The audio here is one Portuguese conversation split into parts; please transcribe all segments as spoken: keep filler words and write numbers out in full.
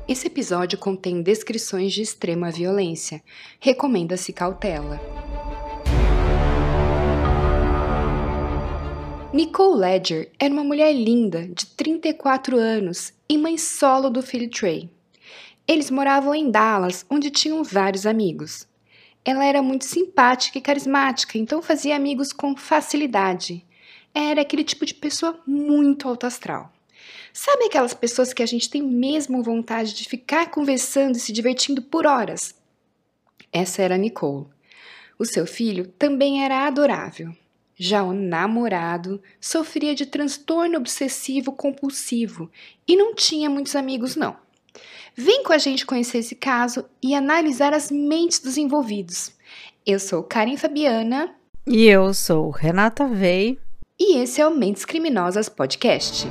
Esse episódio contém descrições de extrema violência. Recomenda-se cautela. Nicole Ledger era uma mulher linda, de trinta e quatro anos, e mãe solo do filho Trey. Eles moravam em Dallas, onde tinham vários amigos. Ela era muito simpática e carismática, então fazia amigos com facilidade. Era aquele tipo de pessoa muito alto astral. Sabe aquelas pessoas que a gente tem mesmo vontade de ficar conversando e se divertindo por horas? Essa era a Nicole. O seu filho também era adorável. Já o namorado sofria de transtorno obsessivo compulsivo e não tinha muitos amigos não. Vem com a gente conhecer esse caso e analisar as mentes dos envolvidos. Eu sou Karen Fabiana. E eu sou Renata Vei. E esse é o Mentes Criminosas Podcast.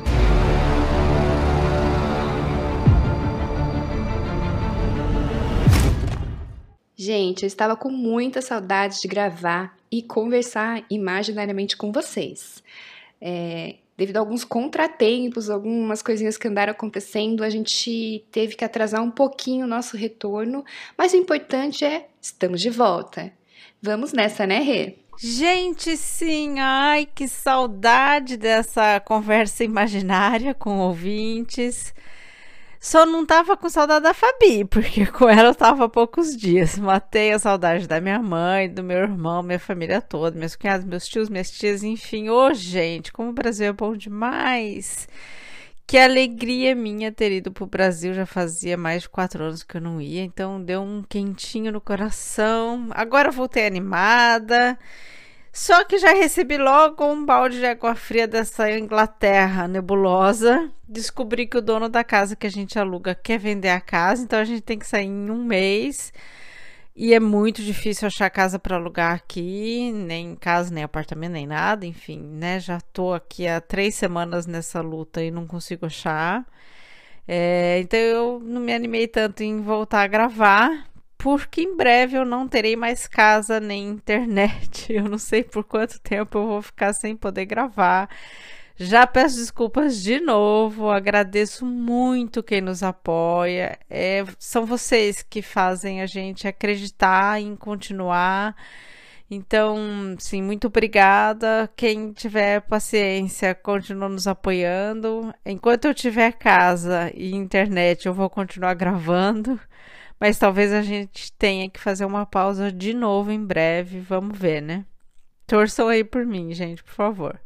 Gente, eu estava com muita saudade de gravar e conversar imaginariamente com vocês. É, devido a alguns contratempos, algumas coisinhas que andaram acontecendo, a gente teve que atrasar um pouquinho o nosso retorno, mas o importante é, estamos de volta. Vamos nessa, né, Rê? Gente, sim! Ai, que saudade dessa conversa imaginária com ouvintes. Só não tava com saudade da Fabi, porque com ela eu tava há poucos dias. Matei a saudade da minha mãe, do meu irmão, minha família toda, meus cunhados, meus tios, minhas tias, enfim. Ô, gente, como o Brasil é bom demais! Que alegria minha ter ido pro Brasil, já fazia mais de quatro anos que eu não ia, então deu um quentinho no coração. Agora eu voltei animada. Só que já recebi logo um balde de água fria dessa Inglaterra nebulosa. Descobri que o dono da casa que a gente aluga quer vender a casa, então a gente tem que sair em um mês. E é muito difícil achar casa para alugar aqui, nem casa, nem apartamento, nem nada, enfim, né? Já tô aqui há três semanas nessa luta e não consigo achar. É, então eu não me animei tanto em voltar a gravar, porque em breve eu não terei mais casa nem internet. Eu não sei por quanto tempo eu vou ficar sem poder gravar. Já peço desculpas de novo, agradeço muito quem nos apoia. É, são vocês que fazem a gente acreditar em continuar. Então, sim, muito obrigada. Quem tiver paciência, continua nos apoiando. Enquanto eu tiver casa e internet, eu vou continuar gravando. Mas talvez a gente tenha que fazer uma pausa de novo em breve. Vamos ver, né? Torçam aí por mim, gente, por favor.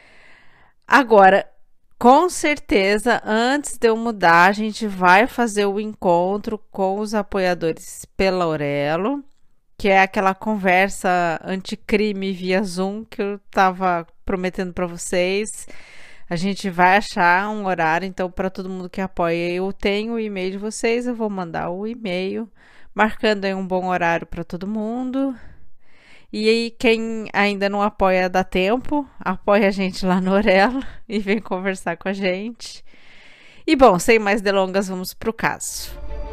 Agora, com certeza, antes de eu mudar, a gente vai fazer o encontro com os apoiadores pela Aurelo, que é aquela conversa anticrime via Zoom que eu estava prometendo para vocês. A gente vai achar um horário, então, para todo mundo que apoia. Eu tenho o e-mail de vocês, eu vou mandar o e-mail, marcando aí um bom horário para todo mundo. E aí, quem ainda não apoia, dá tempo, apoia a gente lá no Aurelo e vem conversar com a gente. E bom, sem mais delongas, vamos pro caso.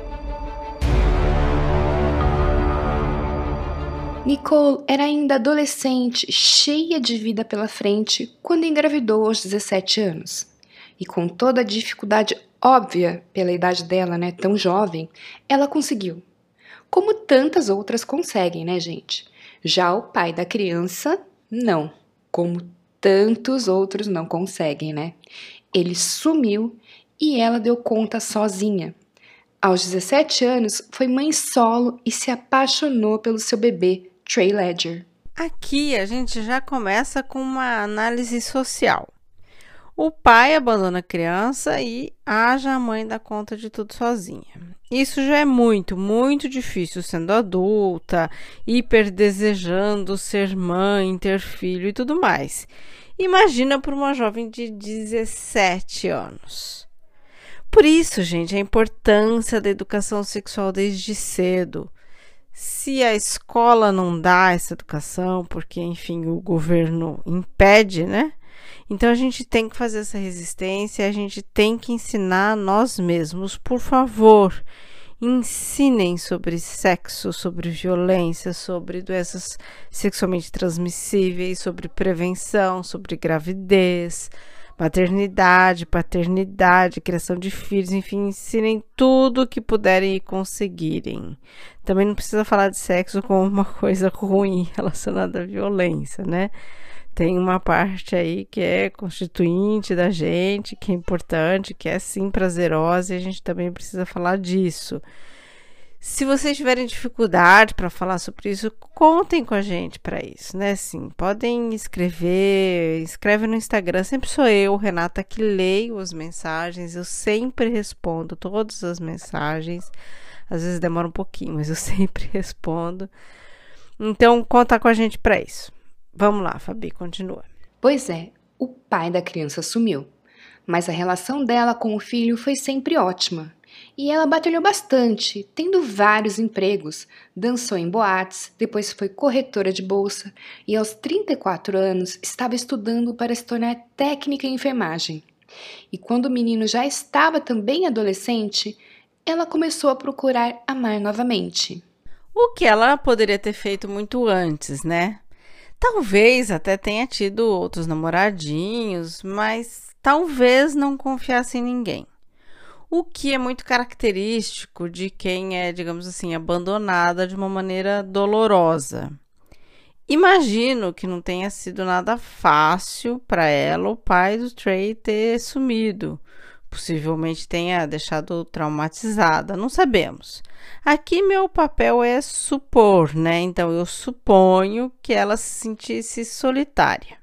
Nicole era ainda adolescente, cheia de vida pela frente, quando engravidou aos dezessete anos. E com toda a dificuldade óbvia pela idade dela, né, tão jovem, ela conseguiu. Como tantas outras conseguem, né, gente? Já o pai da criança, não. Como tantos outros não conseguem, né? Ele sumiu e ela deu conta sozinha. Aos dezessete anos, foi mãe solo e se apaixonou pelo seu bebê, Trey Ledger. Aqui a gente já começa com uma análise social. O pai abandona a criança e haja a mãe dá conta de tudo sozinha. Isso já é muito, muito difícil sendo adulta, hiper desejando ser mãe, ter filho e tudo mais. Imagina para uma jovem de dezessete anos. Por isso, gente, a importância da educação sexual desde cedo. Se a escola não dá essa educação, porque, enfim, o governo impede, né? Então, a gente tem que fazer essa resistência, a gente tem que ensinar nós mesmos. Por favor, ensinem sobre sexo, sobre violência, sobre doenças sexualmente transmissíveis, sobre prevenção, sobre gravidez. maternidade, paternidade, criação de filhos, enfim, ensinem tudo o que puderem e conseguirem. Também não precisa falar de sexo como uma coisa ruim relacionada à violência, né? Tem uma parte aí que é constituinte da gente, que é importante, que é sim prazerosa, e a gente também precisa falar disso. Se vocês tiverem dificuldade para falar sobre isso, contem com a gente para isso, né? Sim, podem escrever, escreve no Instagram. Sempre sou eu, Renata, que leio as mensagens. Eu sempre respondo todas as mensagens. Às vezes demora um pouquinho, mas eu sempre respondo. Então, conta com a gente para isso. Vamos lá, Fabi, continua. Pois é, o pai da criança sumiu, mas a relação dela com o filho foi sempre ótima. E ela batalhou bastante, tendo vários empregos, dançou em boates, depois foi corretora de bolsa e aos trinta e quatro anos estava estudando para se tornar técnica em enfermagem. E quando o menino já estava também adolescente, ela começou a procurar amar novamente. O que ela poderia ter feito muito antes, né? Talvez até tenha tido outros namoradinhos, mas talvez não confiasse em ninguém. O que é muito característico de quem é, digamos assim, abandonada de uma maneira dolorosa. Imagino que não tenha sido nada fácil para ela o pai do Trey ter sumido. Possivelmente tenha deixado traumatizada, não sabemos. Aqui meu papel é supor, né? Então eu suponho que ela se sentisse solitária.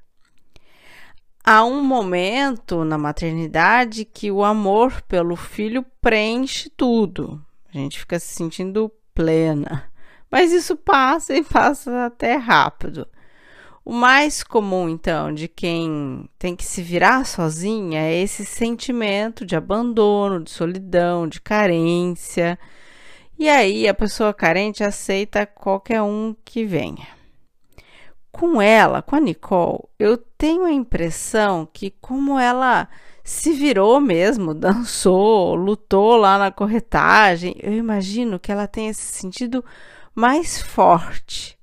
Há um momento na maternidade que o amor pelo filho preenche tudo. A gente fica se sentindo plena. Mas isso passa e passa até rápido. O mais comum, então, de quem tem que se virar sozinha é esse sentimento de abandono, de solidão, de carência. E aí a pessoa carente aceita qualquer um que venha. Com ela, com a Nicole, eu tenho a impressão que como ela se virou mesmo, dançou, lutou lá na corretagem, eu imagino que ela tenha se sentido mais forte.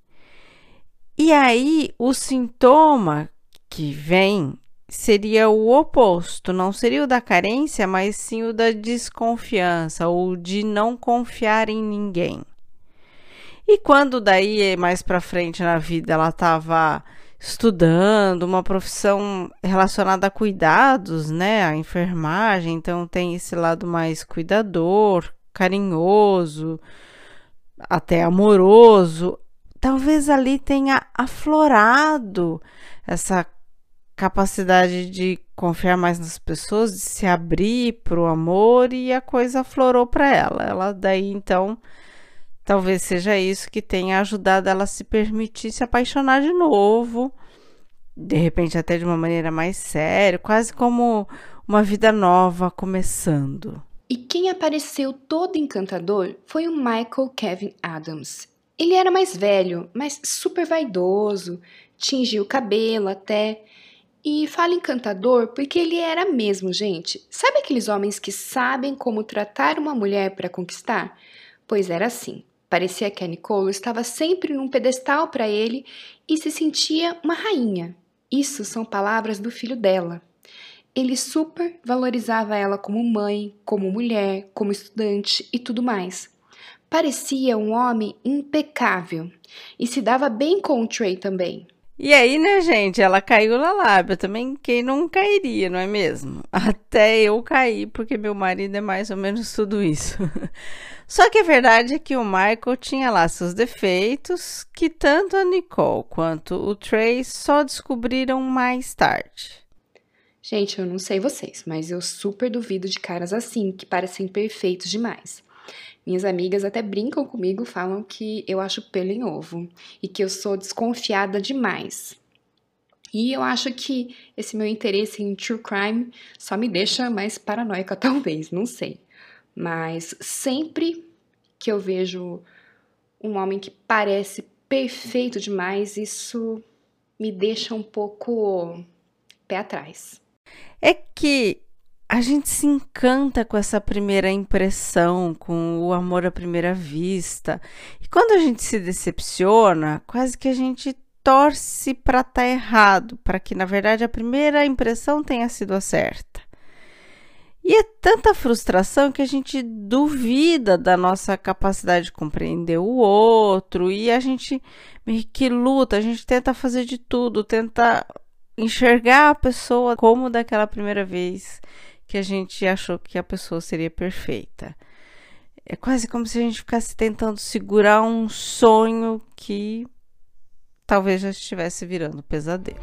E aí o sintoma que vem seria o oposto, não seria o da carência, mas sim o da desconfiança ou de não confiar em ninguém. E quando daí, mais para frente na vida, ela estava estudando uma profissão relacionada a cuidados, né, a enfermagem, então tem esse lado mais cuidador, carinhoso, até amoroso, talvez ali tenha aflorado essa capacidade de confiar mais nas pessoas, de se abrir para o amor, e a coisa aflorou para ela. Ela daí, então, talvez seja isso que tenha ajudado ela a se permitir se apaixonar de novo, de repente até de uma maneira mais séria, quase como uma vida nova começando. E quem apareceu todo encantador foi o Michael Kevin Adams. Ele era mais velho, mas super vaidoso, tingia o cabelo até. E fala encantador porque ele era mesmo, gente. Sabe aqueles homens que sabem como tratar uma mulher para conquistar? Pois era assim. Parecia que a Nicole estava sempre num pedestal para ele e se sentia uma rainha. Isso são palavras do filho dela. Ele super valorizava ela como mãe, como mulher, como estudante e tudo mais. Parecia um homem impecável e se dava bem com o Trey também. E aí, né, gente, ela caiu na lábia também, quem não cairia, não é mesmo? Até eu caí, porque meu marido é mais ou menos tudo isso. Só que a verdade é que o Michael tinha lá seus defeitos, que tanto a Nicole quanto o Trey só descobriram mais tarde. Gente, eu não sei vocês, mas eu super duvido de caras assim, que parecem perfeitos demais. Minhas amigas até brincam comigo, falam que eu acho pelo em ovo e que eu sou desconfiada demais. E eu acho que esse meu interesse em true crime só me deixa mais paranoica, talvez, não sei. Mas sempre que eu vejo um homem que parece perfeito demais, isso me deixa um pouco pé atrás. É que a gente se encanta com essa primeira impressão, com o amor à primeira vista. E quando a gente se decepciona, quase que a gente torce para estar errado, para que, na verdade, a primeira impressão tenha sido a certa. E é tanta frustração que a gente duvida da nossa capacidade de compreender o outro e a gente meio que luta, a gente tenta fazer de tudo, tenta enxergar a pessoa como daquela primeira vez que a gente achou que a pessoa seria perfeita. É quase como se a gente ficasse tentando segurar um sonho que talvez já estivesse virando pesadelo.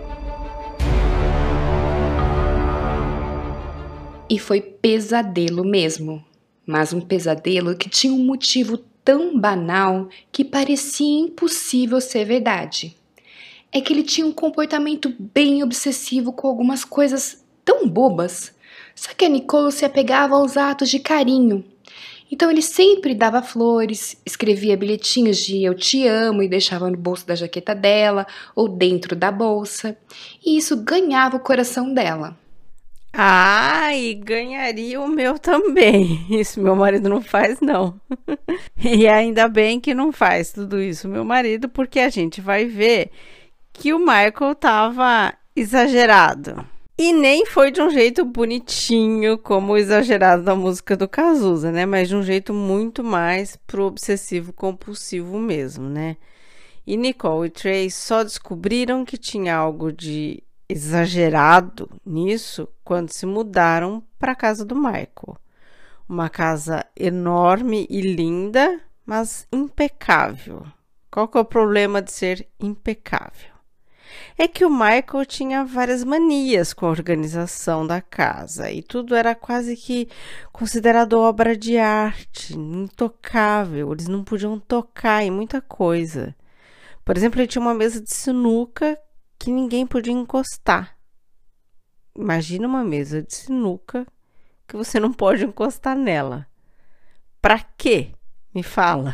E foi pesadelo mesmo, mas um pesadelo que tinha um motivo tão banal que parecia impossível ser verdade. É que ele tinha um comportamento bem obsessivo com algumas coisas tão bobas, só que a Nicole se apegava aos atos de carinho. Então ele sempre dava flores, escrevia bilhetinhos de eu te amo e deixava no bolso da jaqueta dela ou dentro da bolsa, e isso ganhava o coração dela. Ah, e ganharia o meu também. Isso meu marido não faz, não. E ainda bem que não faz tudo isso meu marido, porque a gente vai ver que o Michael tava exagerado. E nem foi de um jeito bonitinho, como o exagerado da música do Cazuza, né? Mas de um jeito muito mais pro obsessivo compulsivo mesmo, né? E Nicole e Trey só descobriram que tinha algo de exagerado nisso quando se mudaram para a casa do Michael. Uma casa enorme e linda, mas impecável. Qual que é o problema de ser impecável? É que o Michael tinha várias manias com a organização da casa e tudo era quase que considerado obra de arte, intocável. Eles não podiam tocar em muita coisa. Por exemplo, ele tinha uma mesa de sinuca que ninguém podia encostar. Imagina uma mesa de sinuca que você não pode encostar nela. Pra quê? Me fala.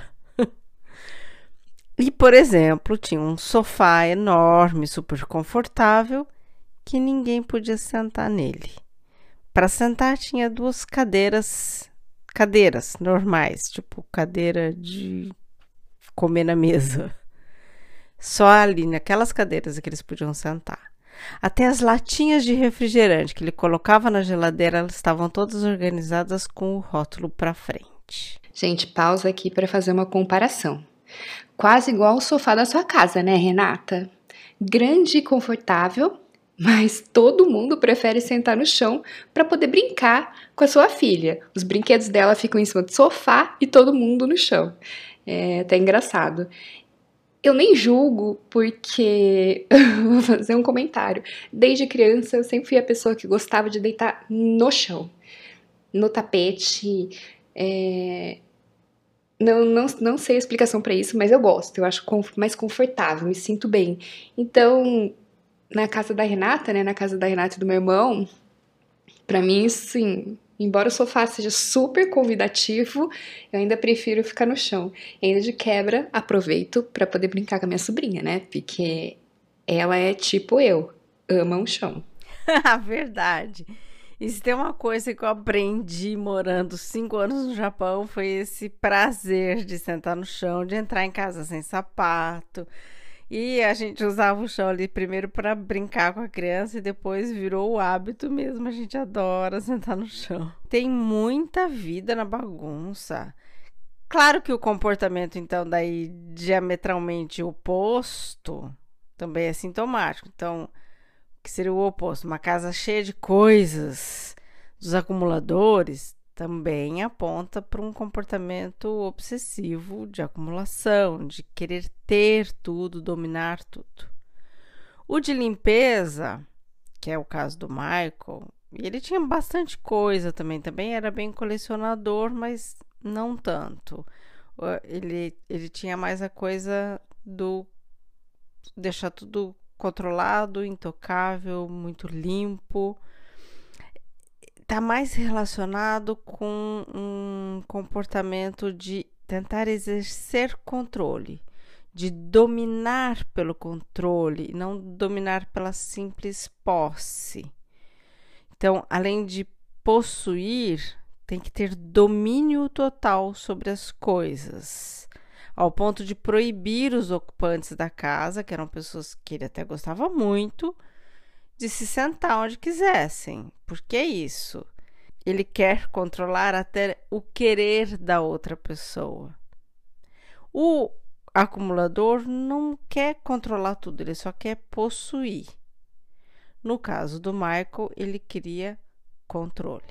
E, por exemplo, tinha um sofá enorme, super confortável, que ninguém podia sentar nele. Para sentar tinha duas cadeiras, cadeiras normais, tipo cadeira de comer na mesa. Só ali, naquelas cadeiras é que eles podiam sentar. Até as latinhas de refrigerante que ele colocava na geladeira, elas estavam todas organizadas com o rótulo para frente. Gente, pausa aqui para fazer uma comparação. Quase igual o sofá da sua casa, né, Renata? Grande e confortável, mas todo mundo prefere sentar no chão para poder brincar com a sua filha. Os brinquedos dela ficam em cima do sofá e todo mundo no chão. É até engraçado. Eu nem julgo porque... Vou fazer um comentário. Desde criança, eu sempre fui a pessoa que gostava de deitar no chão, no tapete. É... Não, não, não sei a explicação para isso, mas eu gosto. Eu acho mais confortável, me sinto bem. Então, na casa da Renata, né? Na casa da Renata e do meu irmão, para mim, sim... Embora o sofá seja super convidativo, eu ainda prefiro ficar no chão. E ainda de quebra, aproveito para poder brincar com a minha sobrinha, né? Porque ela é tipo eu, ama o chão. Verdade. E se tem uma coisa que eu aprendi morando cinco anos no Japão, foi esse prazer de sentar no chão, de entrar em casa sem sapato. E a gente usava o chão ali primeiro para brincar com a criança e depois virou o hábito mesmo. A gente adora sentar no chão. Tem muita vida na bagunça. Claro que o comportamento, então, daí diametralmente oposto também é sintomático. Então, o que seria o oposto? Uma casa cheia de coisas, dos acumuladores, também aponta para um comportamento obsessivo de acumulação, de querer ter tudo, dominar tudo. O de limpeza, que é o caso do Michael, ele tinha bastante coisa também, também era bem colecionador, mas não tanto. Ele, ele tinha mais a coisa do deixar tudo controlado, intocável, muito limpo. Está mais relacionado com um comportamento de tentar exercer controle, de dominar pelo controle, e não dominar pela simples posse. Então, além de possuir, tem que ter domínio total sobre as coisas. ao ponto de proibir os ocupantes da casa, que eram pessoas que ele até gostava muito, de se sentar onde quisessem. Por que isso? Ele quer controlar até o querer da outra pessoa. O acumulador não quer controlar tudo, ele só quer possuir. No caso do Michael, ele queria controle.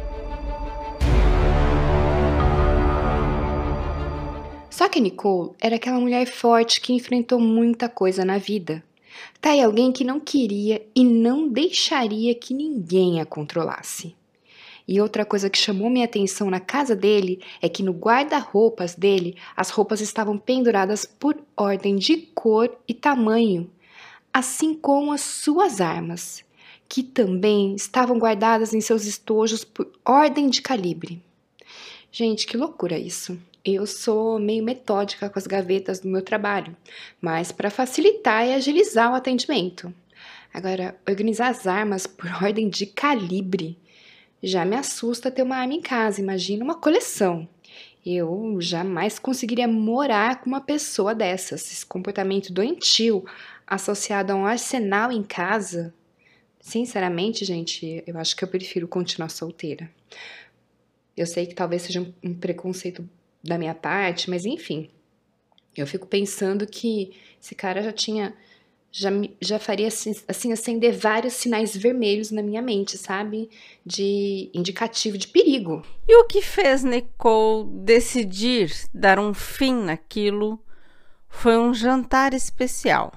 Só que Nicole era aquela mulher forte que enfrentou muita coisa na vida. Tá aí alguém que não queria e não deixaria que ninguém a controlasse. E outra coisa que chamou minha atenção na casa dele é que no guarda-roupas dele as roupas estavam penduradas por ordem de cor e tamanho, assim como as suas armas, que também estavam guardadas em seus estojos por ordem de calibre. Gente, que loucura isso! Eu sou meio metódica com as gavetas do meu trabalho, mas para facilitar e agilizar o atendimento. Agora, organizar as armas por ordem de calibre já me assusta ter uma arma em casa, imagina uma coleção. Eu jamais conseguiria morar com uma pessoa dessas. Esse comportamento doentio associado a um arsenal em casa. Sinceramente, gente, eu acho que eu prefiro continuar solteira. Eu sei que talvez seja um preconceito da minha parte, mas enfim. Eu fico pensando que esse cara já tinha... Já, já faria, assim, acender vários sinais vermelhos na minha mente, sabe? De indicativo de perigo. E o que fez Nicole decidir dar um fim naquilo foi um jantar especial.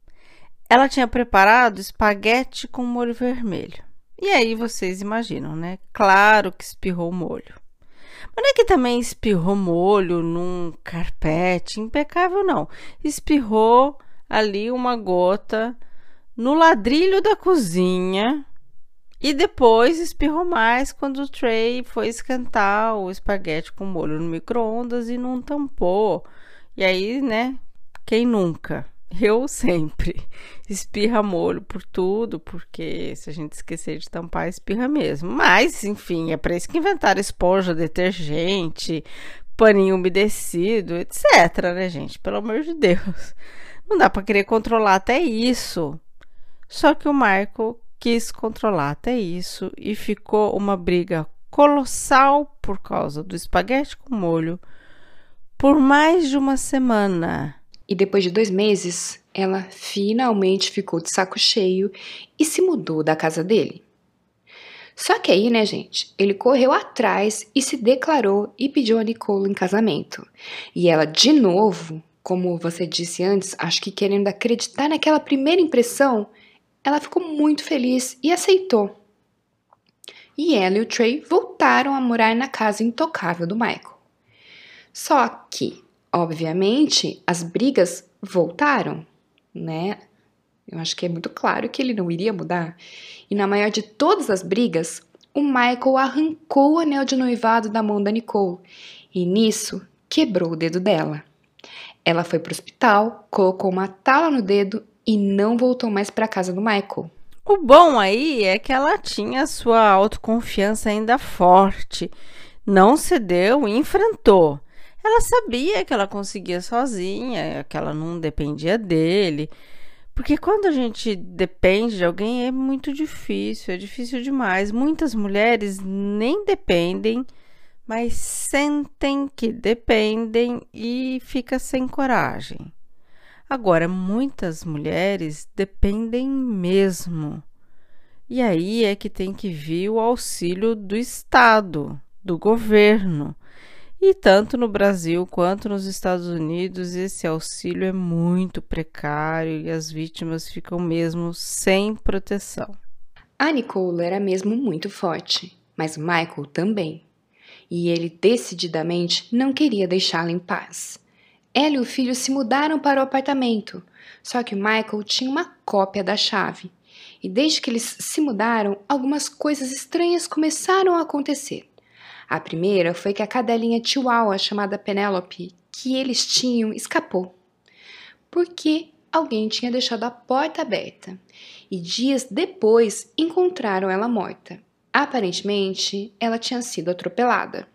Ela tinha preparado espaguete com molho vermelho. E aí vocês imaginam, né? Claro que espirrou molho. Mas não é que também espirrou molho num carpete impecável, não. Espirrou ali uma gota no ladrilho da cozinha e depois espirrou mais quando o Trey foi esquentar o espaguete com molho no micro-ondas e não tampou. E aí, né, quem nunca? Eu sempre. Espirra molho por tudo, porque se a gente esquecer de tampar, espirra mesmo. Mas, enfim, é para isso que inventaram esponja, detergente, paninho umedecido, etc, né, gente? Pelo amor de Deus. Não dá para querer controlar até isso. Só que o Michael quis controlar até isso e ficou uma briga colossal por causa do espaguete com molho por mais de uma semana. E depois de dois meses, ela finalmente ficou de saco cheio e se mudou da casa dele. Só que aí, né, gente, ele correu atrás e se declarou e pediu a Nicole em casamento. E ela, de novo, como você disse antes, acho que querendo acreditar naquela primeira impressão, ela ficou muito feliz e aceitou. E ela e o Trey voltaram a morar na casa intocável do Michael. Só que, obviamente, as brigas voltaram, né? Eu acho que é muito claro que ele não iria mudar. E na maior de todas as brigas, o Michael arrancou o anel de noivado da mão da Nicole e nisso quebrou o dedo dela. Ela foi para o hospital, colocou uma tala no dedo e não voltou mais para a casa do Michael. O bom aí é que ela tinha sua autoconfiança ainda forte. Não cedeu e enfrentou. Ela sabia que ela conseguia sozinha, que ela não dependia dele. Porque quando a gente depende de alguém é muito difícil, é difícil demais. Muitas mulheres nem dependem, mas sentem que dependem e fica sem coragem. Agora, muitas mulheres dependem mesmo. E aí é que tem que vir o auxílio do Estado, do governo. E tanto no Brasil quanto nos Estados Unidos, esse auxílio é muito precário e as vítimas ficam mesmo sem proteção. A Nicole era mesmo muito forte, mas o Michael também. E ele decididamente não queria deixá-la em paz. Ela e o filho se mudaram para o apartamento, só que o Michael tinha uma cópia da chave. E desde que eles se mudaram, algumas coisas estranhas começaram a acontecer. A primeira foi que a cadelinha Chihuahua chamada Penelope, que eles tinham, escapou. Porque alguém tinha deixado a porta aberta. E dias depois encontraram ela morta. Aparentemente, ela tinha sido atropelada.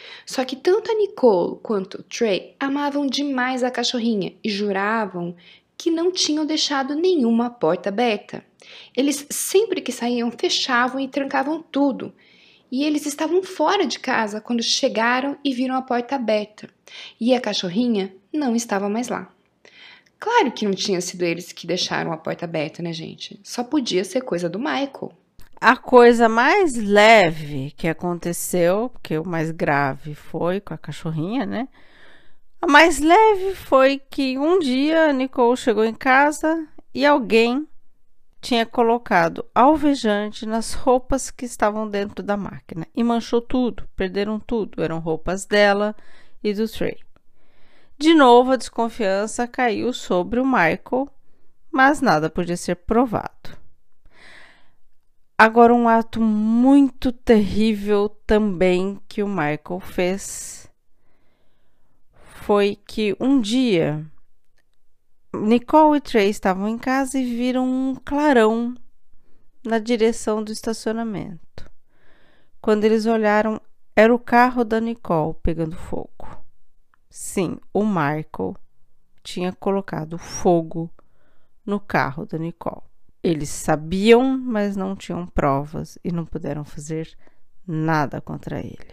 Só que tanto a Nicole quanto o Trey amavam demais a cachorrinha e juravam que não tinham deixado nenhuma porta aberta. Eles sempre que saíam fechavam e trancavam tudo. E eles estavam fora de casa quando chegaram e viram a porta aberta. E a cachorrinha não estava mais lá. Claro que não tinha sido eles que deixaram a porta aberta, né, gente? Só podia ser coisa do Michael. A coisa mais leve que aconteceu, porque o mais grave foi com a cachorrinha, né? A mais leve foi que um dia a Nicole chegou em casa e alguém tinha colocado alvejante nas roupas que estavam dentro da máquina e manchou tudo, perderam tudo. Eram roupas dela e do Trey. De novo, a desconfiança caiu sobre o Michael, mas nada podia ser provado. Agora, um ato muito terrível também que o Michael fez foi que um dia Nicole e Trey estavam em casa e viram um clarão na direção do estacionamento. Quando eles olharam, era o carro da Nicole pegando fogo. Sim, o Michael tinha colocado fogo no carro da Nicole. Eles sabiam, mas não tinham provas e não puderam fazer nada contra ele.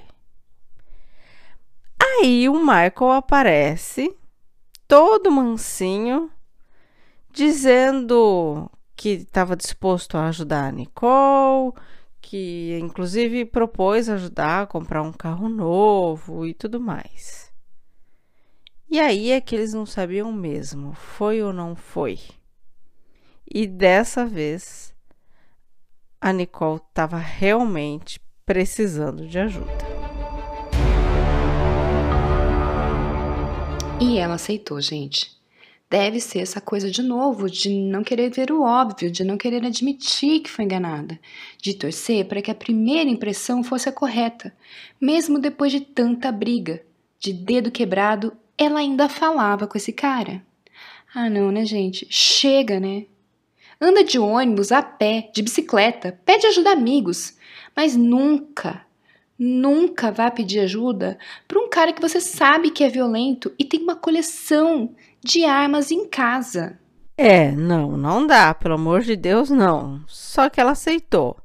Aí o Michael aparece, todo mansinho, dizendo que estava disposto a ajudar a Nicole, que inclusive propôs ajudar a comprar um carro novo e tudo mais. E aí é que eles não sabiam mesmo, foi ou não foi. E dessa vez, a Nicole estava realmente precisando de ajuda. E ela aceitou, gente. Deve ser essa coisa de novo, de não querer ver o óbvio, de não querer admitir que foi enganada, de torcer para que a primeira impressão fosse a correta, mesmo depois de tanta briga. De dedo quebrado, ela ainda falava com esse cara. Ah não, né, gente? Chega, né? Anda de ônibus, a pé, de bicicleta, pede ajuda a amigos, mas nunca, nunca vá pedir ajuda para um cara que você sabe que é violento e tem uma coleção de armas em casa. É, não, não dá, pelo amor de Deus, não. Só que ela aceitou.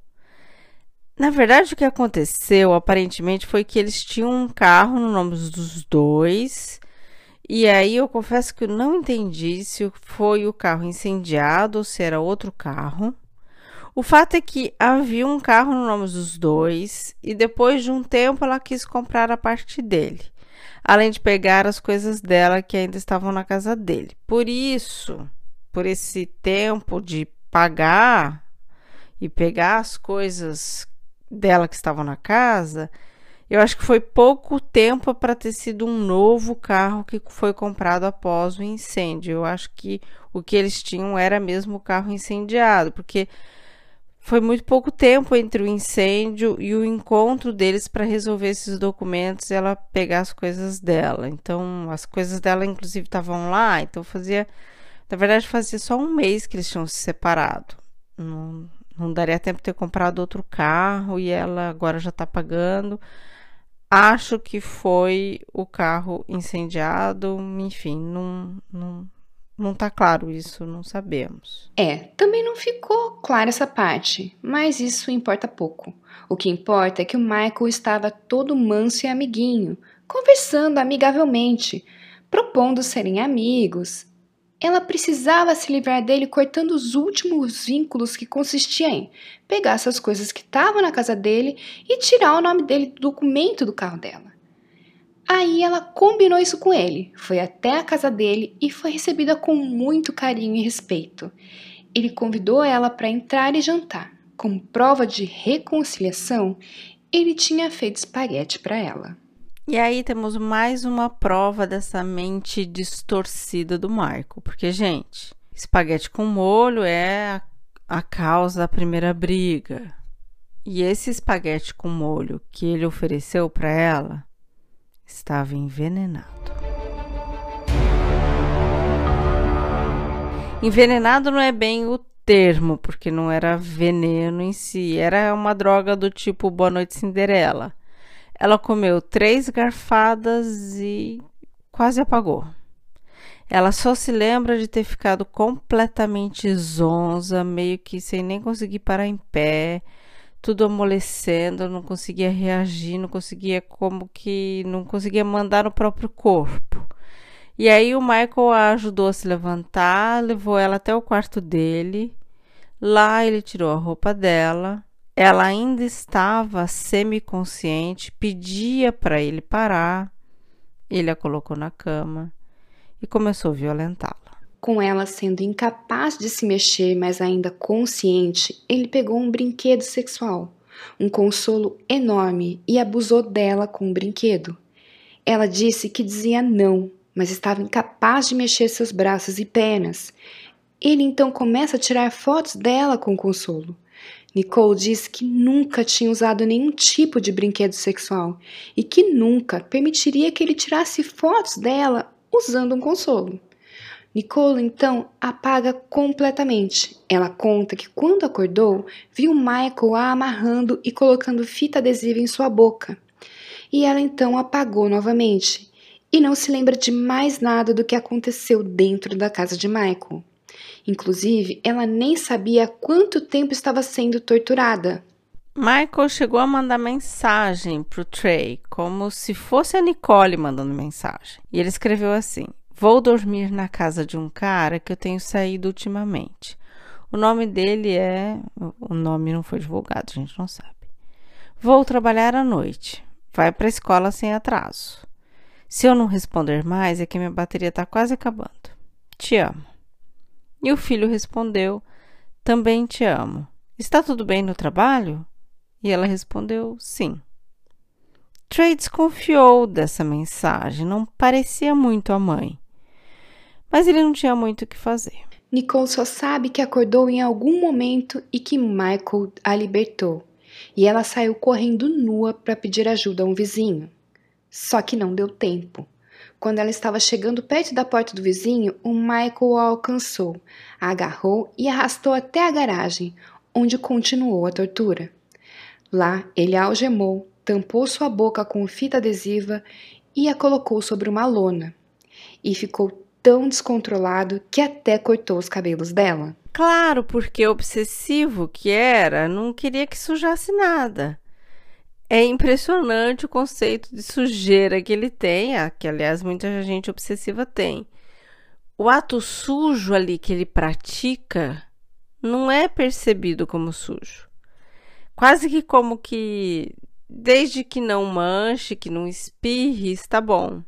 Na verdade, o que aconteceu, aparentemente, foi que eles tinham um carro no nome dos dois. E aí eu confesso que eu não entendi se foi o carro incendiado ou se era outro carro. O fato é que havia um carro no nome dos dois e depois de um tempo ela quis comprar a parte dele, além de pegar as coisas dela que ainda estavam na casa dele. Por isso, por esse tempo de pagar e pegar as coisas dela que estavam na casa, eu acho que foi pouco tempo para ter sido um novo carro que foi comprado após o incêndio. Eu acho que o que eles tinham era mesmo o carro incendiado, porque foi muito pouco tempo entre o incêndio e o encontro deles para resolver esses documentos e ela pegar as coisas dela. Então, as coisas dela, inclusive, estavam lá. Então, fazia... Na verdade, fazia só um mês que eles tinham se separado. Não, não daria tempo de ter comprado outro carro e ela agora já está pagando. Acho que foi o carro incendiado, enfim, não, não, não tá claro isso, não sabemos. É, também não ficou clara essa parte, mas isso importa pouco. O que importa é que o Michael estava todo manso e amiguinho, conversando amigavelmente, propondo serem amigos. Ela precisava se livrar dele cortando os últimos vínculos que consistia em pegar essas coisas que estavam na casa dele e tirar o nome dele do documento do carro dela. Aí ela combinou isso com ele, foi até a casa dele e foi recebida com muito carinho e respeito. Ele convidou ela para entrar e jantar. Como prova de reconciliação, ele tinha feito espaguete para ela. E aí temos mais uma prova dessa mente distorcida do Michael. Porque, gente, espaguete com molho é a, a causa da primeira briga. E esse espaguete com molho que ele ofereceu para ela estava envenenado. Envenenado não é bem o termo, porque não era veneno em si. Era uma droga do tipo Boa Noite Cinderela. Ela comeu três garfadas e quase apagou. Ela só se lembra de ter ficado completamente zonza, meio que sem nem conseguir parar em pé, tudo amolecendo, não conseguia reagir, não conseguia como que não conseguia mandar no próprio corpo. E aí o Michael a ajudou a se levantar, levou ela até o quarto dele. Lá ele tirou a roupa dela. Ela ainda estava semiconsciente, pedia para ele parar. Ele a colocou na cama e começou a violentá-la. Com ela sendo incapaz de se mexer, mas ainda consciente, ele pegou um brinquedo sexual, um consolo enorme, e abusou dela com o brinquedo. Ela disse que dizia não, mas estava incapaz de mexer seus braços e pernas. Ele então começa a tirar fotos dela com o consolo. Nicole disse que nunca tinha usado nenhum tipo de brinquedo sexual e que nunca permitiria que ele tirasse fotos dela usando um consolo. Nicole então apaga completamente. Ela conta que quando acordou, viu Michael a amarrando e colocando fita adesiva em sua boca. E ela então apagou novamente e não se lembra de mais nada do que aconteceu dentro da casa de Michael. Inclusive, ela nem sabia há quanto tempo estava sendo torturada. Michael chegou a mandar mensagem para o Trey, como se fosse a Nicole mandando mensagem. E ele escreveu assim: vou dormir na casa de um cara que eu tenho saído ultimamente. O nome dele é... O nome não foi divulgado, a gente não sabe. Vou trabalhar à noite. Vai para a escola sem atraso. Se eu não responder mais, é que minha bateria está quase acabando. Te amo. E o filho respondeu: também te amo. Está tudo bem no trabalho? E ela respondeu: sim. Trey desconfiou dessa mensagem, não parecia muito a mãe. Mas ele não tinha muito o que fazer. Nicole só sabe que acordou em algum momento e que Michael a libertou. E ela saiu correndo nua para pedir ajuda a um vizinho. Só que não deu tempo. Quando ela estava chegando perto da porta do vizinho, o Michael a alcançou, a agarrou e arrastou até a garagem, onde continuou a tortura. Lá, ele a algemou, tampou sua boca com fita adesiva e a colocou sobre uma lona. E ficou tão descontrolado que até cortou os cabelos dela. Claro, porque obsessivo que era, não queria que sujasse nada. É impressionante o conceito de sujeira que ele tem, que aliás muita gente obsessiva tem. O ato sujo ali que ele pratica não é percebido como sujo. Quase que como que, desde que não manche, que não espirre, está bom.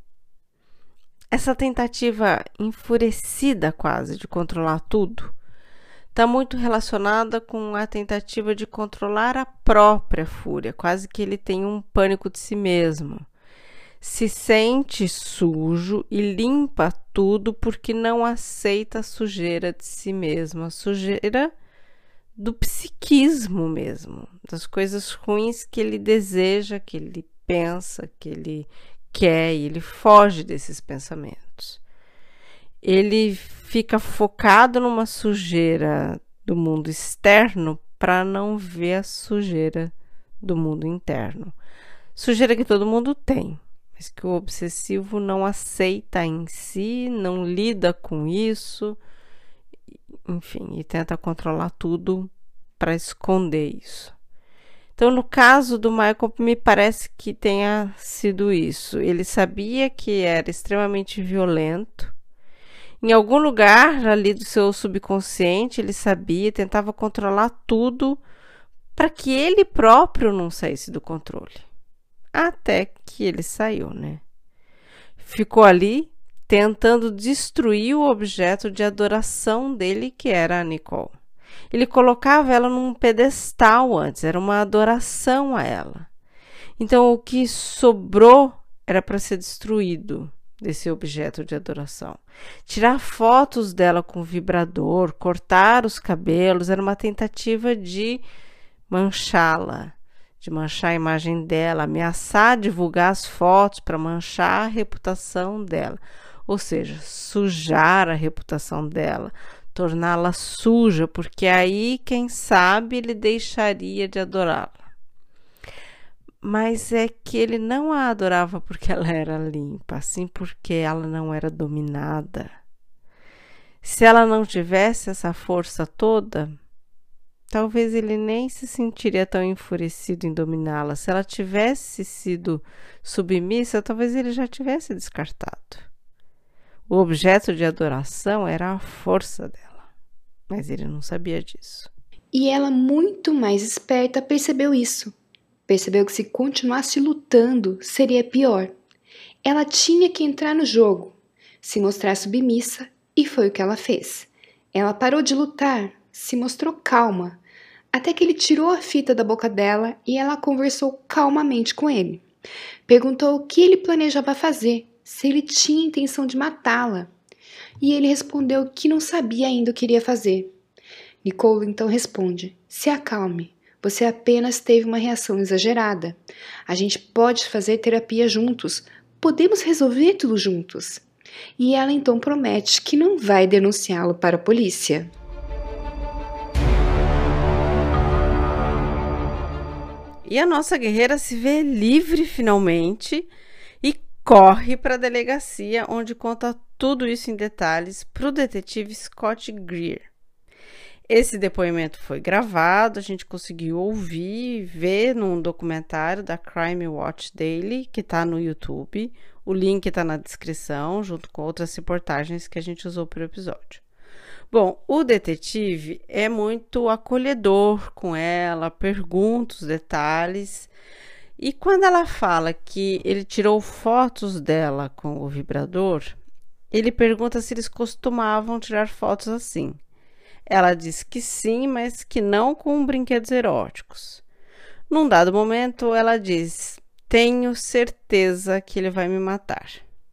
Essa tentativa enfurecida quase de controlar tudo está muito relacionada com a tentativa de controlar a própria fúria, quase que ele tem um pânico de si mesmo. Se sente sujo e limpa tudo porque não aceita a sujeira de si mesmo, a sujeira do psiquismo mesmo, das coisas ruins que ele deseja, que ele pensa, que ele quer, e ele foge desses pensamentos. Ele fica focado numa sujeira do mundo externo para não ver a sujeira do mundo interno. Sujeira que todo mundo tem, mas que o obsessivo não aceita em si, não lida com isso, enfim, e tenta controlar tudo para esconder isso. Então, no caso do Michael, me parece que tenha sido isso. Ele sabia que era extremamente violento. Em algum lugar ali do seu subconsciente, ele sabia, tentava controlar tudo para que ele próprio não saísse do controle. Até que ele saiu, né? Ficou ali tentando destruir o objeto de adoração dele, que era a Nicole. Ele colocava ela num pedestal antes, era uma adoração a ela. Então, o que sobrou era para ser destruído desse objeto de adoração. Tirar fotos dela com vibrador, cortar os cabelos, era uma tentativa de manchá-la, de manchar a imagem dela, ameaçar divulgar as fotos para manchar a reputação dela, ou seja, sujar a reputação dela, torná-la suja, porque aí, quem sabe, ele deixaria de adorá-la. mas é que ele não a adorava porque ela era limpa, assim porque ela não era dominada. Se ela não tivesse essa força toda, talvez ele nem se sentiria tão enfurecido em dominá-la. Se ela tivesse sido submissa, talvez ele já tivesse descartado. O objeto de adoração era a força dela, mas ele não sabia disso. E ela, muito mais esperta, percebeu isso. Percebeu que se continuasse lutando, seria pior. Ela tinha que entrar no jogo, se mostrar submissa, e foi o que ela fez. Ela parou de lutar, se mostrou calma, até que ele tirou a fita da boca dela e ela conversou calmamente com ele. Perguntou o que ele planejava fazer, se ele tinha intenção de matá-la. E ele respondeu que não sabia ainda o que iria fazer. Nicole então responde: se acalme, você apenas teve uma reação exagerada. A gente pode fazer terapia juntos, podemos resolver tudo juntos. E ela então promete que não vai denunciá-lo para a polícia. E a nossa guerreira se vê livre finalmente e corre para a delegacia, onde conta tudo isso em detalhes para o detetive Scott Greer. Esse depoimento foi gravado, a gente conseguiu ouvir e ver num documentário da Crime Watch Daily, que está no YouTube. O link está na descrição, junto com outras reportagens que a gente usou para o episódio. Bom, o detetive é muito acolhedor com ela, pergunta os detalhes. E quando ela fala que ele tirou fotos dela com o vibrador, ele pergunta se eles costumavam tirar fotos assim. Ela diz que sim, mas que não com brinquedos eróticos. Num dado momento, ela diz: tenho certeza que ele vai me matar.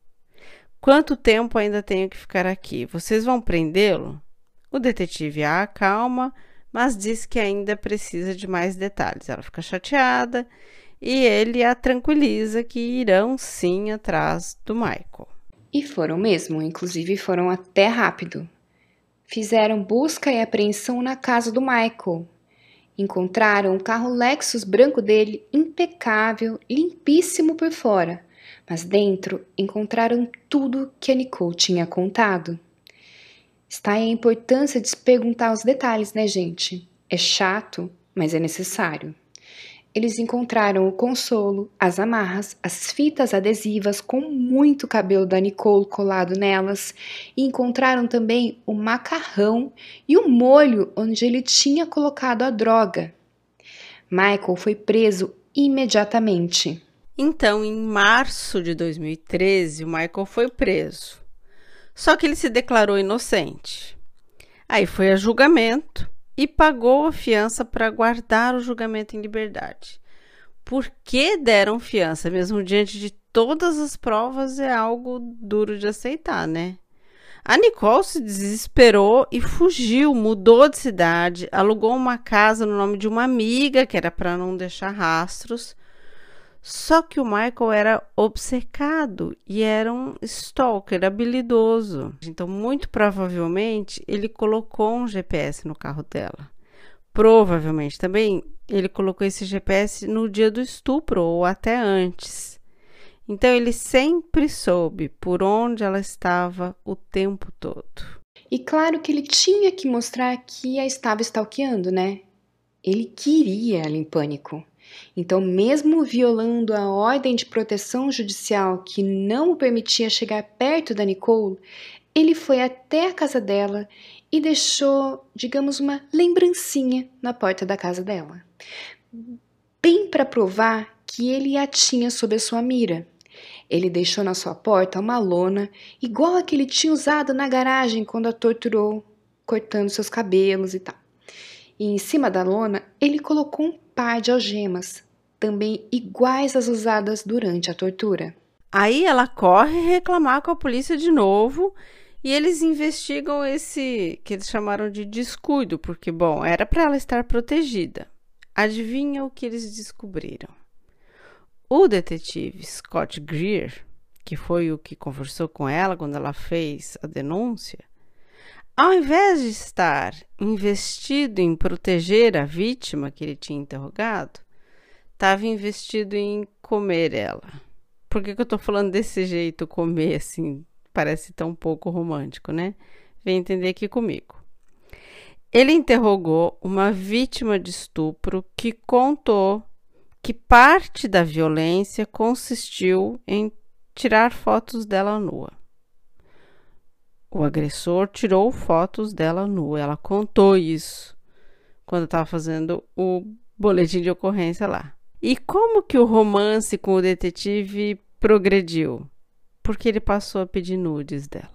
Quanto tempo ainda tenho que ficar aqui? Vocês vão prendê-lo? O detetive a acalma, mas diz que ainda precisa de mais detalhes. Ela fica chateada e ele a tranquiliza que irão sim atrás do Michael. E foram mesmo, inclusive foram até rápido. Fizeram busca e apreensão na casa do Michael. Encontraram o carro Lexus branco dele impecável, limpíssimo por fora, mas dentro encontraram tudo que a Nicole tinha contado. Está aí a importância de se perguntar os detalhes, né, gente? É chato, mas é necessário. Eles encontraram o consolo, as amarras, as fitas adesivas com muito cabelo da Nicole colado nelas e encontraram também o macarrão e o molho onde ele tinha colocado a droga. Michael foi preso imediatamente. Então, em março de dois mil e treze, o Michael foi preso. Só que ele se declarou inocente. Aí foi a julgamento e pagou a fiança para aguardar o julgamento em liberdade. Por que deram fiança? Mesmo diante de todas as provas, é algo duro de aceitar, né? A Nicole se desesperou e fugiu, mudou de cidade, alugou uma casa no nome de uma amiga, que era para não deixar rastros. Só que o Michael era obcecado e era um stalker habilidoso. Então, muito provavelmente, ele colocou um G P S no carro dela. Provavelmente também ele colocou esse G P S no dia do estupro ou até antes. Então, ele sempre soube por onde ela estava o tempo todo. E claro que ele tinha que mostrar que a estava stalkeando, né? Ele queria ela em pânico. Então, mesmo violando a ordem de proteção judicial que não o permitia chegar perto da Nicole, ele foi até a casa dela e deixou, digamos, uma lembrancinha na porta da casa dela, bem para provar que ele a tinha sob a sua mira. Ele deixou na sua porta uma lona igual a que ele tinha usado na garagem quando a torturou, cortando seus cabelos e tal. E em cima da lona, ele colocou um par de algemas, também iguais às usadas durante a tortura. Aí ela corre reclamar com a polícia de novo e eles investigam esse que eles chamaram de descuido, porque, bom, era para ela estar protegida. Adivinha o que eles descobriram? O detetive Scott Greer, que foi o que conversou com ela quando ela fez a denúncia, ao invés de estar investido em proteger a vítima que ele tinha interrogado, estava investido em comer ela. Por que que eu tô falando desse jeito, comer, assim, parece tão pouco romântico, né? Vem entender aqui comigo. Ele interrogou uma vítima de estupro que contou que parte da violência consistiu em tirar fotos dela nua. O agressor tirou fotos dela nua, ela contou isso quando estava fazendo o boletim de ocorrência lá. E como que o romance com o detetive progrediu? Porque ele passou a pedir nudes dela.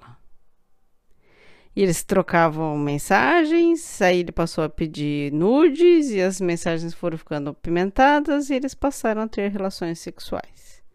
E eles trocavam mensagens, aí ele passou a pedir nudes e as mensagens foram ficando apimentadas e eles passaram a ter relações sexuais.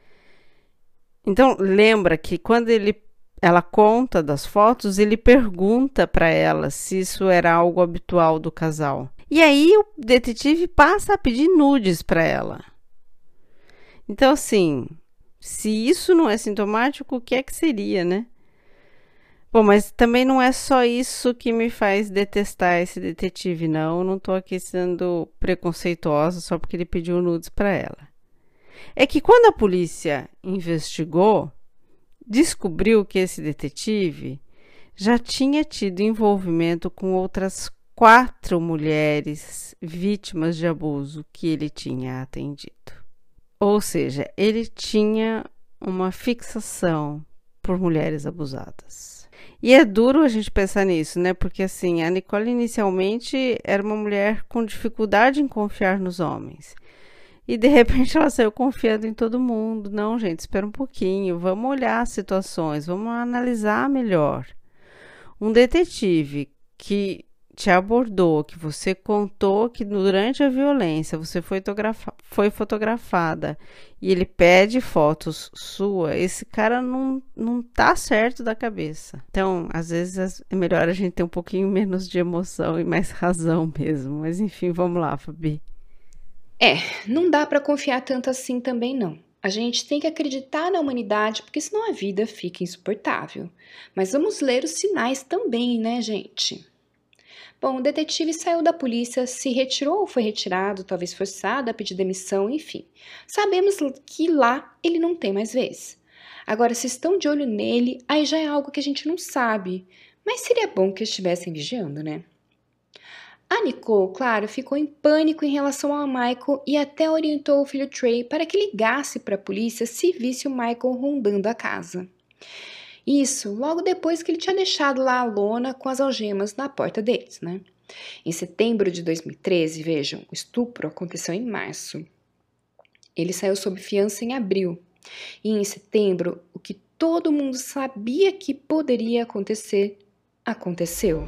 Então, lembra que quando ele, ela conta das fotos, ele pergunta para ela se isso era algo habitual do casal. E aí o detetive passa a pedir nudes para ela. Então, assim, se isso não é sintomático, o que é que seria, né? Bom, mas também não é só isso que me faz detestar esse detetive, não. Eu não tô aqui sendo preconceituosa só porque ele pediu nudes para ela. É que quando a polícia investigou, descobriu que esse detetive já tinha tido envolvimento com outras quatro mulheres vítimas de abuso que ele tinha atendido. Ou seja, ele tinha uma fixação por mulheres abusadas. E é duro a gente pensar nisso, né? Porque assim, a Nicole inicialmente era uma mulher com dificuldade em confiar nos homens. E de repente ela saiu confiando em todo mundo. Não, gente, espera um pouquinho, vamos olhar as situações, vamos analisar melhor. Um detetive que te abordou, que você contou que durante a violência você foi, foi fotografada e ele pede fotos sua, esse cara não, não tá certo da cabeça. Então, às vezes é melhor a gente ter um pouquinho menos de emoção e mais razão mesmo. Mas enfim, vamos lá, Fabi. É, não dá para confiar tanto assim também não. A gente tem que acreditar na humanidade, porque senão a vida fica insuportável. Mas vamos ler os sinais também, né, gente? Bom, o detetive saiu da polícia, se retirou ou foi retirado, talvez forçado a pedir demissão, enfim. Sabemos que lá ele não tem mais vez. Agora, se estão de olho nele, aí já é algo que a gente não sabe. Mas seria bom que estivessem vigiando, né? A Nicole, claro, ficou em pânico em relação ao Michael e até orientou o filho Trey para que ligasse para a polícia se visse o Michael rondando a casa. Isso logo depois que ele tinha deixado lá a lona com as algemas na porta deles, né? Em setembro de dois mil e treze, vejam, o estupro aconteceu em março. Ele saiu sob fiança em abril. E em setembro, o que todo mundo sabia que poderia acontecer, aconteceu.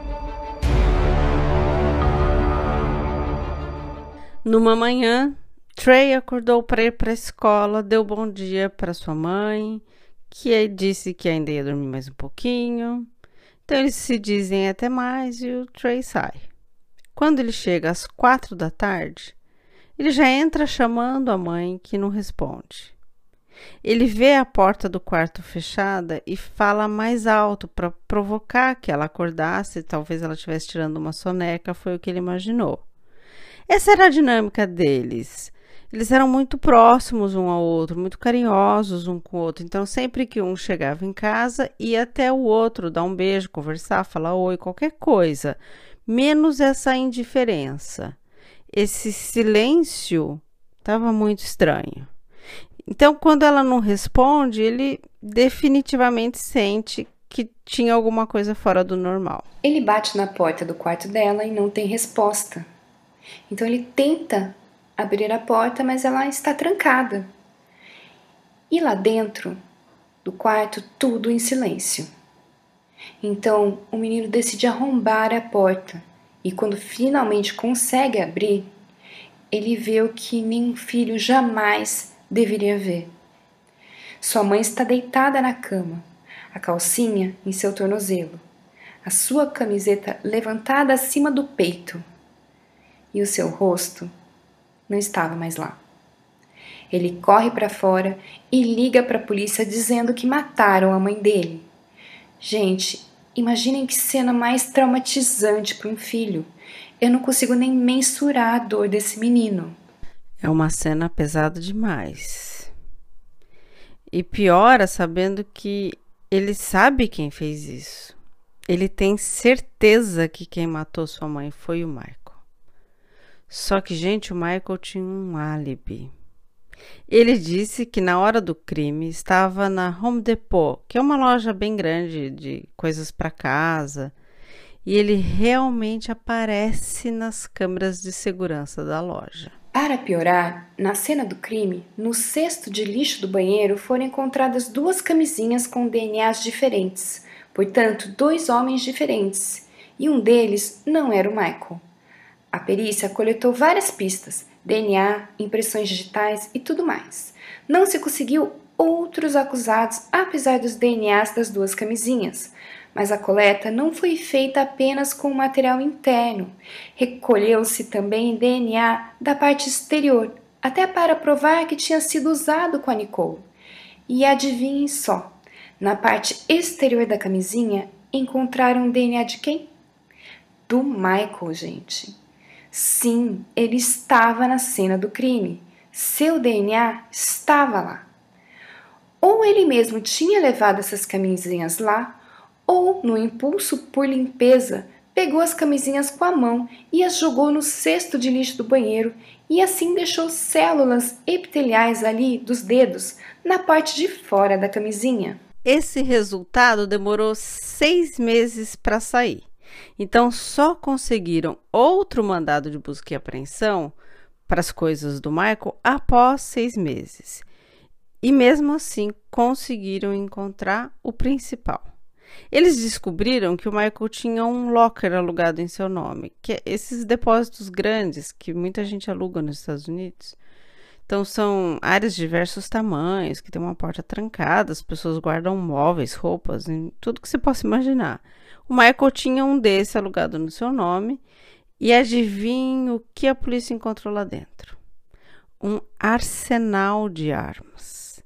Numa manhã, Trey acordou para ir para a escola, deu bom dia para sua mãe, que disse que ainda ia dormir mais um pouquinho. Então eles se dizem até mais e o Trey sai. Quando ele chega às quatro da tarde, ele já entra chamando a mãe, que não responde. Ele vê a porta do quarto fechada e fala mais alto para provocar que ela acordasse, talvez ela estivesse tirando uma soneca, foi o que ele imaginou. Essa era a dinâmica deles. Eles eram muito próximos um ao outro, muito carinhosos um com o outro. Então, sempre que um chegava em casa, ia até o outro, dar um beijo, conversar, falar oi, qualquer coisa. Menos essa indiferença. Esse silêncio estava muito estranho. Então, quando ela não responde, ele definitivamente sente que tinha alguma coisa fora do normal. Ele bate na porta do quarto dela e não tem resposta. Então, ele tenta abrir a porta, mas ela está trancada. E lá dentro do quarto, tudo em silêncio. Então, o menino decide arrombar a porta. E quando finalmente consegue abrir, ele vê o que nenhum filho jamais deveria ver. Sua mãe está deitada na cama, a calcinha em seu tornozelo, a sua camiseta levantada acima do peito. E o seu rosto não estava mais lá. Ele corre para fora e liga para a polícia dizendo que mataram a mãe dele. Gente, imaginem que cena mais traumatizante para um filho. Eu não consigo nem mensurar a dor desse menino. É uma cena pesada demais. E piora sabendo que ele sabe quem fez isso. Ele tem certeza que quem matou sua mãe foi o Michael. Só que, gente, o Michael tinha um álibi. Ele disse que na hora do crime estava na Home Depot, que é uma loja bem grande de coisas para casa, e ele realmente aparece nas câmeras de segurança da loja. Para piorar, na cena do crime, no cesto de lixo do banheiro foram encontradas duas camisinhas com D N As diferentes, portanto, dois homens diferentes, e um deles não era o Michael. A perícia coletou várias pistas, D N A, impressões digitais e tudo mais. Não se conseguiu outros acusados, apesar dos D N As das duas camisinhas, mas a coleta não foi feita apenas com o material interno. Recolheu-se também D N A da parte exterior, até para provar que tinha sido usado com a Nicole. E adivinhem só, na parte exterior da camisinha encontraram D N A de quem? Do Michael, gente. Sim, ele estava na cena do crime. Seu D N A estava lá. Ou ele mesmo tinha levado essas camisinhas lá, ou, no impulso por limpeza, pegou as camisinhas com a mão e as jogou no cesto de lixo do banheiro e assim deixou células epiteliais ali dos dedos na parte de fora da camisinha. Esse resultado demorou seis meses para sair. Então, só conseguiram outro mandado de busca e apreensão para as coisas do Michael após seis meses. E mesmo assim, conseguiram encontrar o principal. Eles descobriram que o Michael tinha um locker alugado em seu nome, que é esses depósitos grandes que muita gente aluga nos Estados Unidos. Então, são áreas de diversos tamanhos, que tem uma porta trancada, as pessoas guardam móveis, roupas, tudo que você possa imaginar. O Michael tinha um desse alugado no seu nome e adivinhe o que a polícia encontrou lá dentro? Um arsenal de armas.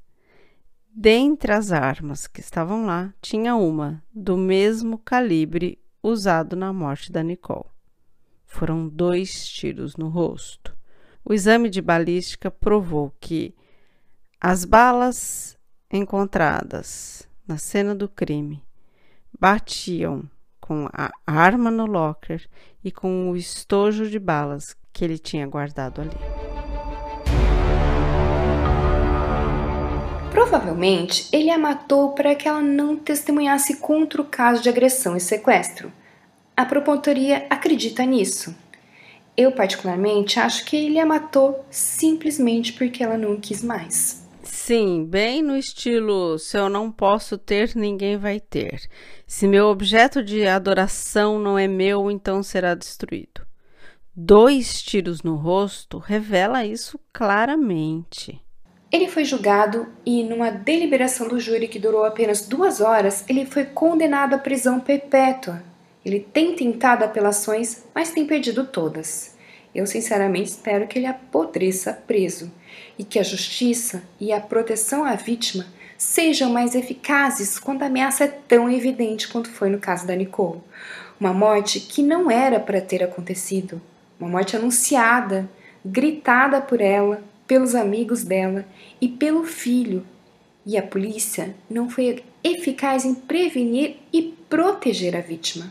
Dentre as armas que estavam lá, tinha uma do mesmo calibre usado na morte da Nicole. Foram dois tiros no rosto. O exame de balística provou que as balas encontradas na cena do crime batiam com a arma no locker e com o estojo de balas que ele tinha guardado ali. Provavelmente, ele a matou para que ela não testemunhasse contra o caso de agressão e sequestro. A promotoria acredita nisso. Eu, particularmente, acho que ele a matou simplesmente porque ela não quis mais. Sim, bem no estilo, se eu não posso ter, ninguém vai ter. Se meu objeto de adoração não é meu, então será destruído. Dois tiros no rosto revela isso claramente. Ele foi julgado e, numa deliberação do júri que durou apenas duas horas, ele foi condenado à prisão perpétua. Ele tem tentado apelações, mas tem perdido todas. Eu, sinceramente, espero que ele apodreça preso e que a justiça e a proteção à vítima sejam mais eficazes quando a ameaça é tão evidente quanto foi no caso da Nicole. Uma morte que não era para ter acontecido. Uma morte anunciada, gritada por ela, pelos amigos dela e pelo filho. E a polícia não foi eficaz em prevenir e proteger a vítima.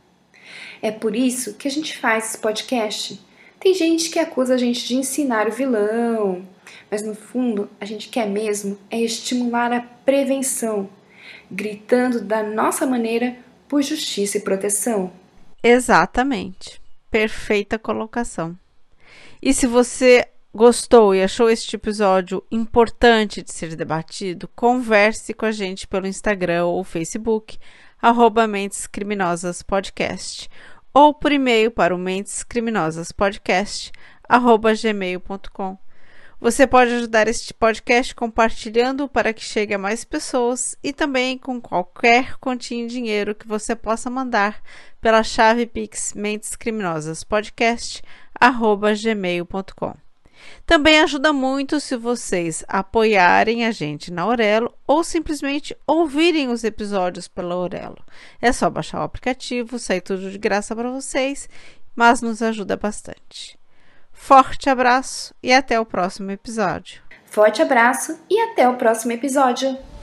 É por isso que a gente faz esse podcast. Tem gente que acusa a gente de ensinar o vilão, mas no fundo a gente quer mesmo é estimular a prevenção, gritando da nossa maneira por justiça e proteção. Exatamente. Perfeita colocação. E se você gostou e achou este episódio importante de ser debatido, converse com a gente pelo Instagram ou Facebook, arroba Mentes Criminosas Podcast, ou por e-mail para o mentescriminosaspodcast, arroba gmail ponto com. Você pode ajudar este podcast compartilhando para que chegue a mais pessoas e também com qualquer quantia em dinheiro que você possa mandar pela chave Pix mentescriminosaspodcast, arroba gmail ponto com. Também ajuda muito se vocês apoiarem a gente na Aurelo ou simplesmente ouvirem os episódios pela Aurelo. É só baixar o aplicativo, sai tudo de graça para vocês, mas nos ajuda bastante. Forte abraço e até o próximo episódio. Forte abraço e até o próximo episódio.